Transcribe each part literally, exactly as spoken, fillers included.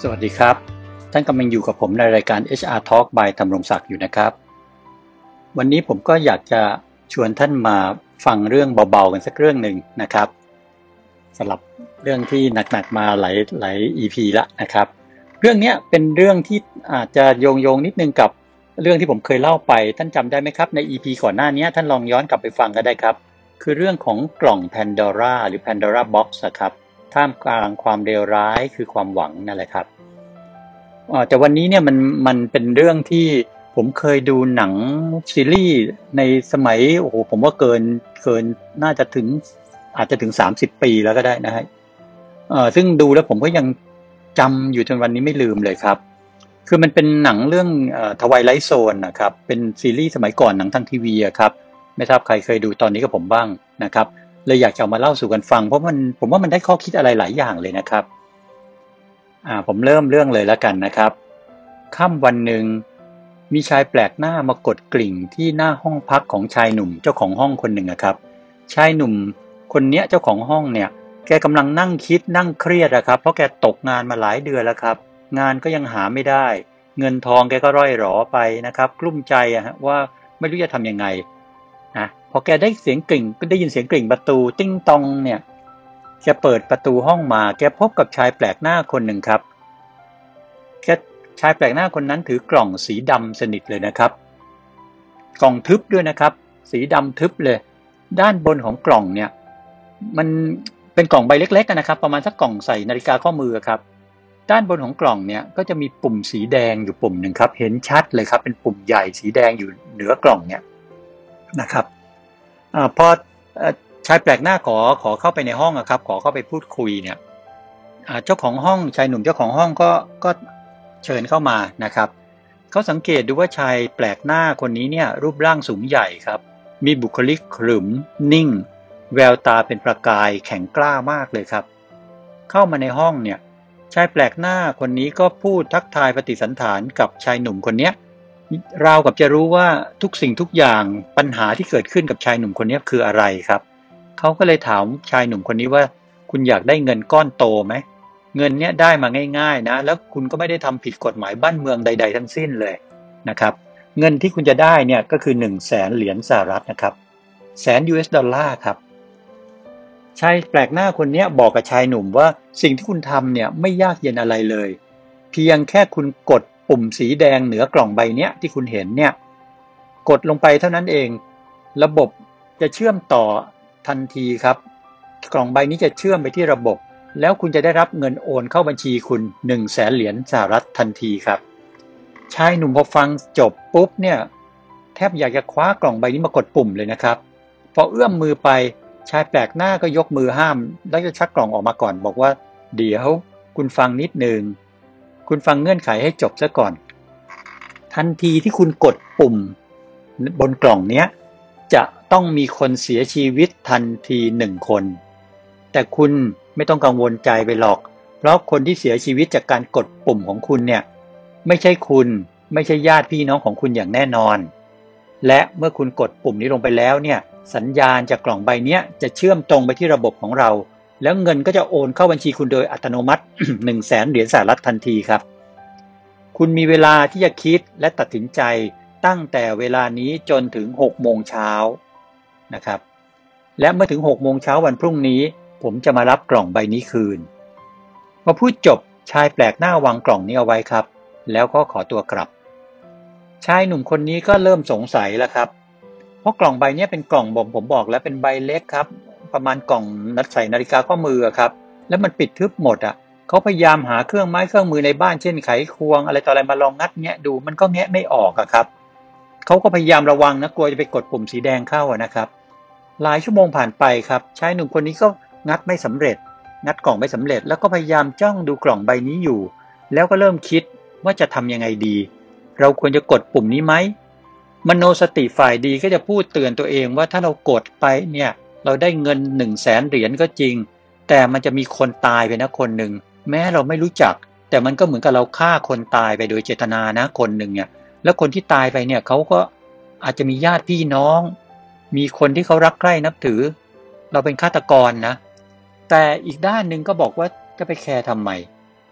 สวัสดีครับท่านกำลังอยู่กับผมในรายการ เอช อาร์ Talk by ธำรงศักดิ์อยู่นะครับวันนี้ผมก็อยากจะชวนท่านมาฟังเรื่องเบาๆกันสักเรื่องหนึ่งนะครับสำหรับเรื่องที่หนักๆมาหลายหลาย อี พี ละนะครับเรื่องนี้เป็นเรื่องที่อาจจะโยงๆนิดนึงกับเรื่องที่ผมเคยเล่าไปท่านจำได้ไหมครับใน อี พี ก่อนหน้านี้ท่านลองย้อนกลับไปฟังก็ได้ครับคือเรื่องของกล่อง Pandora หรือ Pandora Box นะครับท่ามกลางความเลวร้ายคือความหวังนั่นแหละครับ อ๋อแต่วันนี้เนี่ยมันมันเป็นเรื่องที่ผมเคยดูหนังซีรีส์ในสมัยโอ้โหผมว่าเกินเกินน่าจะถึงอาจจะถึงสามสิบปีแล้วก็ได้นะฮะเอ่อซึ่งดูแล้วผมก็ยังจำอยู่จนวันนี้ไม่ลืมเลยครับคือมันเป็นหนังเรื่องเอ่อ Twilight Zone นะครับเป็นซีรีส์สมัยก่อนหนังทางทีวีอะครับไม่ทราบใครเคยดูตอนนี้กับผมบ้างนะครับเลยอยากจะเอามาเล่าสู่กันฟังเพราะมันผมว่ามันได้ข้อคิดอะไรหลายอย่างเลยนะครับอ่าผมเริ่มเรื่องเลยแล้วกันนะครับ ค่ำวันหนึ่งมีชายแปลกหน้ามากดกริ่งที่หน้าห้องพักของชายหนุ่มเจ้าของห้องคนหนึ่งอะครับชายหนุ่มคนเนี้ยเจ้าของห้องเนี่ยแกกำลังนั่งคิดนั่งเครียดอะครับเพราะแกตกงานมาหลายเดือนแล้วครับงานก็ยังหาไม่ได้เงินทองแกก็ร่อยหรอไปนะครับกลุ้มใจอะฮะว่าไม่รู้จะทำยังไงนะพอแกได้เสียงกริ่งก็ได้ยินเสียงกริ่งประตูติ้งตองเนี่ยแกเปิดประตูห้องมาแกพบกับชายแปลกหน้าคนหนึ่งครับ แค่ชายแปลกหน้าคนนั้นถือกล่องสีดำสนิทเลยนะครับกล่องทึบด้วยนะครับสีดำทึบเลยด้านบนของกล่องเนี่ยมันเป็นกล่องใบเล็กๆนะครับประมาณสักกล่องใส่นาฬิกาข้อมือครับด้านบนของกล่องเนี่ยก็จะมีปุ่มสีแดงอยู่ปุ่มหนึ่งครับเห็นชัดเลยครับเป็นปุ่มใหญ่สีแดงอยู่เหนือกล่องเนี่ยนะครับอ่าพอชายแปลกหน้าขอขอเข้าไปในห้องครับขอเข้าไปพูดคุยเนี่ย เจ้าของห้องชายหนุ่มเจ้าของห้องก็ก็เชิญเข้ามานะครับเขาสังเกตดูว่าชายแปลกหน้าคนนี้เนี่ยรูปร่างสูงใหญ่ครับมีบุคลิกขรึมนิ่งแววตาเป็นประกายแข็งกล้ามากเลยครับเข้ามาในห้องเนี่ยชายแปลกหน้าคนนี้ก็พูดทักทายปฏิสันถานกับชายหนุ่มคนนี้ราวกับจะรู้ว่าทุกสิ่งทุกอย่างปัญหาที่เกิดขึ้นกับชายหนุ่มคนนี้คืออะไรครับเขาก็เลยถามชายหนุ่มคนนี้ว่าคุณอยากได้เงินก้อนโตไหม เงินเนี้ยได้มาง่ายๆนะแล้วคุณก็ไม่ได้ทำผิดกฎหมายบ้านเมืองใดๆทั้งสิ้นเลยนะครับเงินที่คุณจะได้เนี่ยก็คือหนึ่งแสนเหรียญสหรัฐนะครับแสน ยู เอส ดอลลาร์ครับชายแปลกหน้าคนนี้บอกกับชายหนุ่มว่าสิ่งที่คุณทำเนี่ยไม่ยากเย็นอะไรเลยเพียงแค่คุณกดปุ่มสีแดงเหนือกล่องใบเนี้ยที่คุณเห็นเนี่ยกดลงไปเท่านั้นเองระบบจะเชื่อมต่อทันทีครับกล่องใบนี้จะเชื่อมไปที่ระบบ แล้วคุณจะได้รับเงินโอนเข้าบัญชีคุณหนึ่งแสนเหรียญสหรัฐทันทีครับชายหนุ่มพอฟังจบปุ๊บเนี่ยแทบอยากจะคว้ากล่องใบนี้มากดปุ่มเลยนะครับพอเอื้อมมือไปชายแปลกหน้าก็ยกมือห้ามแล้วจะชักกล่องออกมาก่อนบอกว่าเดี๋ยวคุณฟังนิดนึงคุณฟังเงื่อนไขให้จบซะก่อนทันทีที่คุณกดปุ่มบนกล่องเนี้ยจะต้องมีคนเสียชีวิตทันทีหนึ่งคนแต่คุณไม่ต้องกังวลใจไปหรอกเพราะคนที่เสียชีวิตจากการกดปุ่มของคุณเนี่ยไม่ใช่คุณไม่ใช่ญาติพี่น้องของคุณอย่างแน่นอนและเมื่อคุณกดปุ่มนี้ลงไปแล้วเนี่ยสัญญาณจากกล่องใบนี้จะเชื่อมตรงไปที่ระบบของเราแล้วเงินก็จะโอนเข้าบัญชีคุณโดยอัตโนมัติ หนึ่งแสนเหรียญสหรัฐทันทีครับคุณมีเวลาที่จะคิดและตัดสินใจตั้งแต่เวลานี้จนถึงหกโมงเช้านะครับและเมื่อถึงหกโมงเช้าวันพรุ่งนี้ผมจะมารับกล่องใบนี้คืนพอพูดจบชายแปลกหน้าวางกล่องนี้เอาไว้ครับแล้วก็ขอตัวกลับชายหนุ่มคนนี้ก็เริ่มสงสัยแล้วครับเพราะกล่องใบนี้เป็นกล่องผมผมบอกแล้วเป็นใบเล็กครับประมาณกล่องนัดใส่นาฬิกาข้อมือครับแล้วมันปิดทึบหมดอ่ะเขาพยายามหาเครื่องไม้เครื่องมือในบ้านเช่นไขควงอะไรต่ออะไรมาลองงัดแงะดูมันก็แงะไม่ออกอะครับเขาก็พยายามระวังนะกลัวจะไปกดปุ่มสีแดงเข้าอะนะครับหลายชั่วโมงผ่านไปครับชายหนุ่มคนนี้ก็งัดไม่สำเร็จ งัดกล่องไม่สำเร็จแล้วก็พยายามจ้องดูกล่องใบนี้อยู่แล้วก็เริ่มคิดว่าจะทำยังไงดีเราควรจะกดปุ่มนี้ไหมมโนสติฝ่ายดีก็จะพูดเตือนตัวเองว่าถ้าเรากดไปเนี่ยเราได้เงินหนึ่งแสนเหรียญก็จริงแต่มันจะมีคนตายไปนะคนหนึ่งแม้เราไม่รู้จักแต่มันก็เหมือนกับเราฆ่าคนตายไปโดยเจตนานะคนหนึ่งเนี่ยแล้วคนที่ตายไปเนี่ยเขาก็อาจจะมีญาติพี่น้องมีคนที่เขารักใคร่นับถือเราเป็นฆาตกรนะ แต่อีกด้านหนึ่งก็บอกว่าจะไปแคร์ทำไม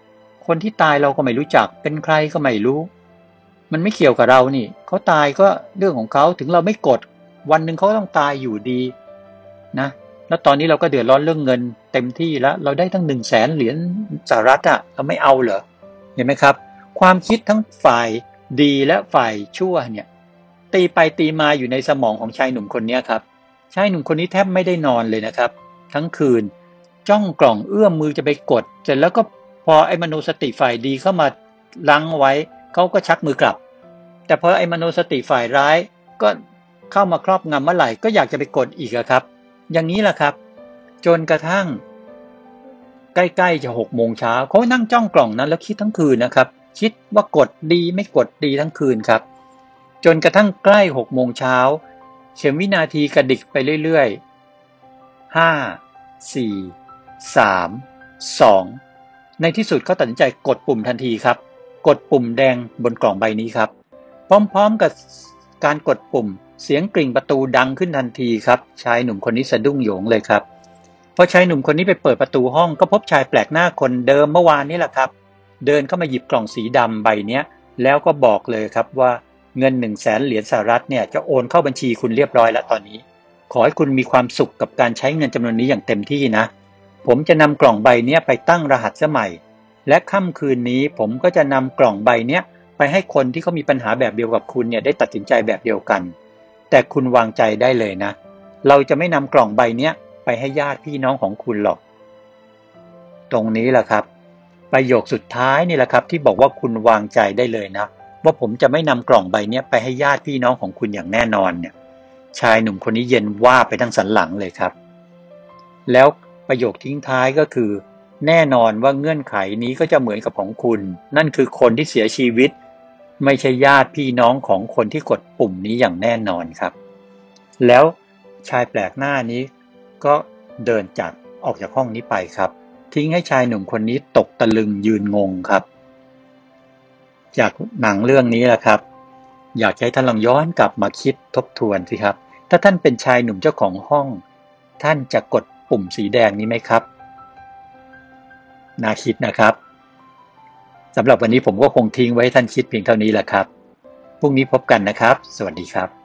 คนที่ตายเราก็ไม่รู้จักเป็นใครก็ไม่รู้มันไม่เกี่ยวกับเรานี่เขาตายก็เรื่องของเขาถึงเราไม่กดวันหนึ่งเขาต้องตายอยู่ดีนะแล้วตอนนี้เราก็เดือดร้อนเรื่องเงินเต็มที่แล้วเราได้ตั้งหนึ่งแสนเหรียญสหรัฐอะเราไม่เอาเหรอเห็นไหมครับความคิดทั้งฝ่ายดีและฝ่ายชั่วเนี่ยตีไปตีมาอยู่ในสมองของชายหนุ่มคนนี้ครับชายหนุ่มคนนี้แทบไม่ได้นอนเลยนะครับทั้งคืนจ้องกล่องเอื้อมมือจะไปกดเสร็จแล้วก็พอไอ้มโนสติฝ่ายดีเข้ามาลังไว้เขาก็ชักมือกลับแต่พอไอ้มโนสติฝ่ายร้ายก็เข้ามาครอบงำเมื่อไหร่ก็อยากจะไปกดอีกครับอย่างนี้แหละครับจนกระทั่งใกล้ๆจะหกโมงเช้าเขานั่งจ้องกล่องนั้นแล้วคิดทั้งคืนนะครับคิดว่ากดดีไม่กดดีทั้งคืนครับจนกระทั่งใกล้หกโมงเช้าเข็มวินาทีกระดิกไปเรื่อยๆห้า สี่ สาม สองในที่สุดเขาตัดสินใจกดปุ่มทันทีครับกดปุ่มแดงบนกล่องใบนี้ครับพร้อมๆกับการกดปุ่มเสียงกริ่งประตูดังขึ้นทันทีครับชายหนุ่มคนนี้สะดุ้งโหยงเลยครับพอชายหนุ่มคนนี้ไปเปิดประตูห้องก็พบชายแปลกหน้าคนเดิมเมื่อวานนี้แหละครับเดินเข้ามาหยิบกล่องสีดำใบนี้แล้วก็บอกเลยครับว่าเงินหนึ่งแสนเหรียญสหรัฐเนี่ยจะโอนเข้าบัญชีคุณเรียบร้อยแล้วตอนนี้ขอให้คุณมีความสุขกับการใช้เงินจำนวนนี้อย่างเต็มที่นะผมจะนำกล่องใบนี้ไปตั้งรหัสสมัยและค่ำคืนนี้ผมก็จะนำกล่องใบนี้ไปให้คนที่เขามีปัญหาแบบเดียวกับคุณเนี่ยได้ตัดสินใจแบบเดียวกันแต่คุณวางใจได้เลยนะเราจะไม่นำกล่องใบนี้ไปให้ญาติพี่น้องของคุณหรอกตรงนี้แหละครับประโยคสุดท้ายนี่แหละครับที่บอกว่าคุณวางใจได้เลยนะว่าผมจะไม่นำกล่องใบนี้ไปให้ญาติพี่น้องของคุณอย่างแน่นอนเนี่ยชายหนุ่มคนนี้เย็นว่าไปทั้งสันหลังเลยครับแล้วประโยคทิ้งท้ายก็คือแน่นอนว่าเงื่อนไขนี้ก็จะเหมือนกับของคุณนั่นคือคนที่เสียชีวิตไม่ใช่ญาติพี่น้องของคนที่กดปุ่มนี้อย่างแน่นอนครับแล้วชายแปลกหน้านี้ก็เดินจากออกจากห้องนี้ไปครับทิ้งให้ชายหนุ่มคนนี้ตกตะลึงยืนงงครับจากหนังเรื่องนี้แหละครับอยากให้ท่านลองย้อนกลับมาคิดทบทวนสิครับถ้าท่านเป็นชายหนุ่มเจ้าของห้องท่านจะกดปุ่มสีแดงนี้ไหมครับน่าคิดนะครับสำหรับวันนี้ผมก็คงทิ้งไว้ให้ท่านคิดเพียงเท่านี้แหละครับพรุ่งนี้พบกันนะครับสวัสดีครับ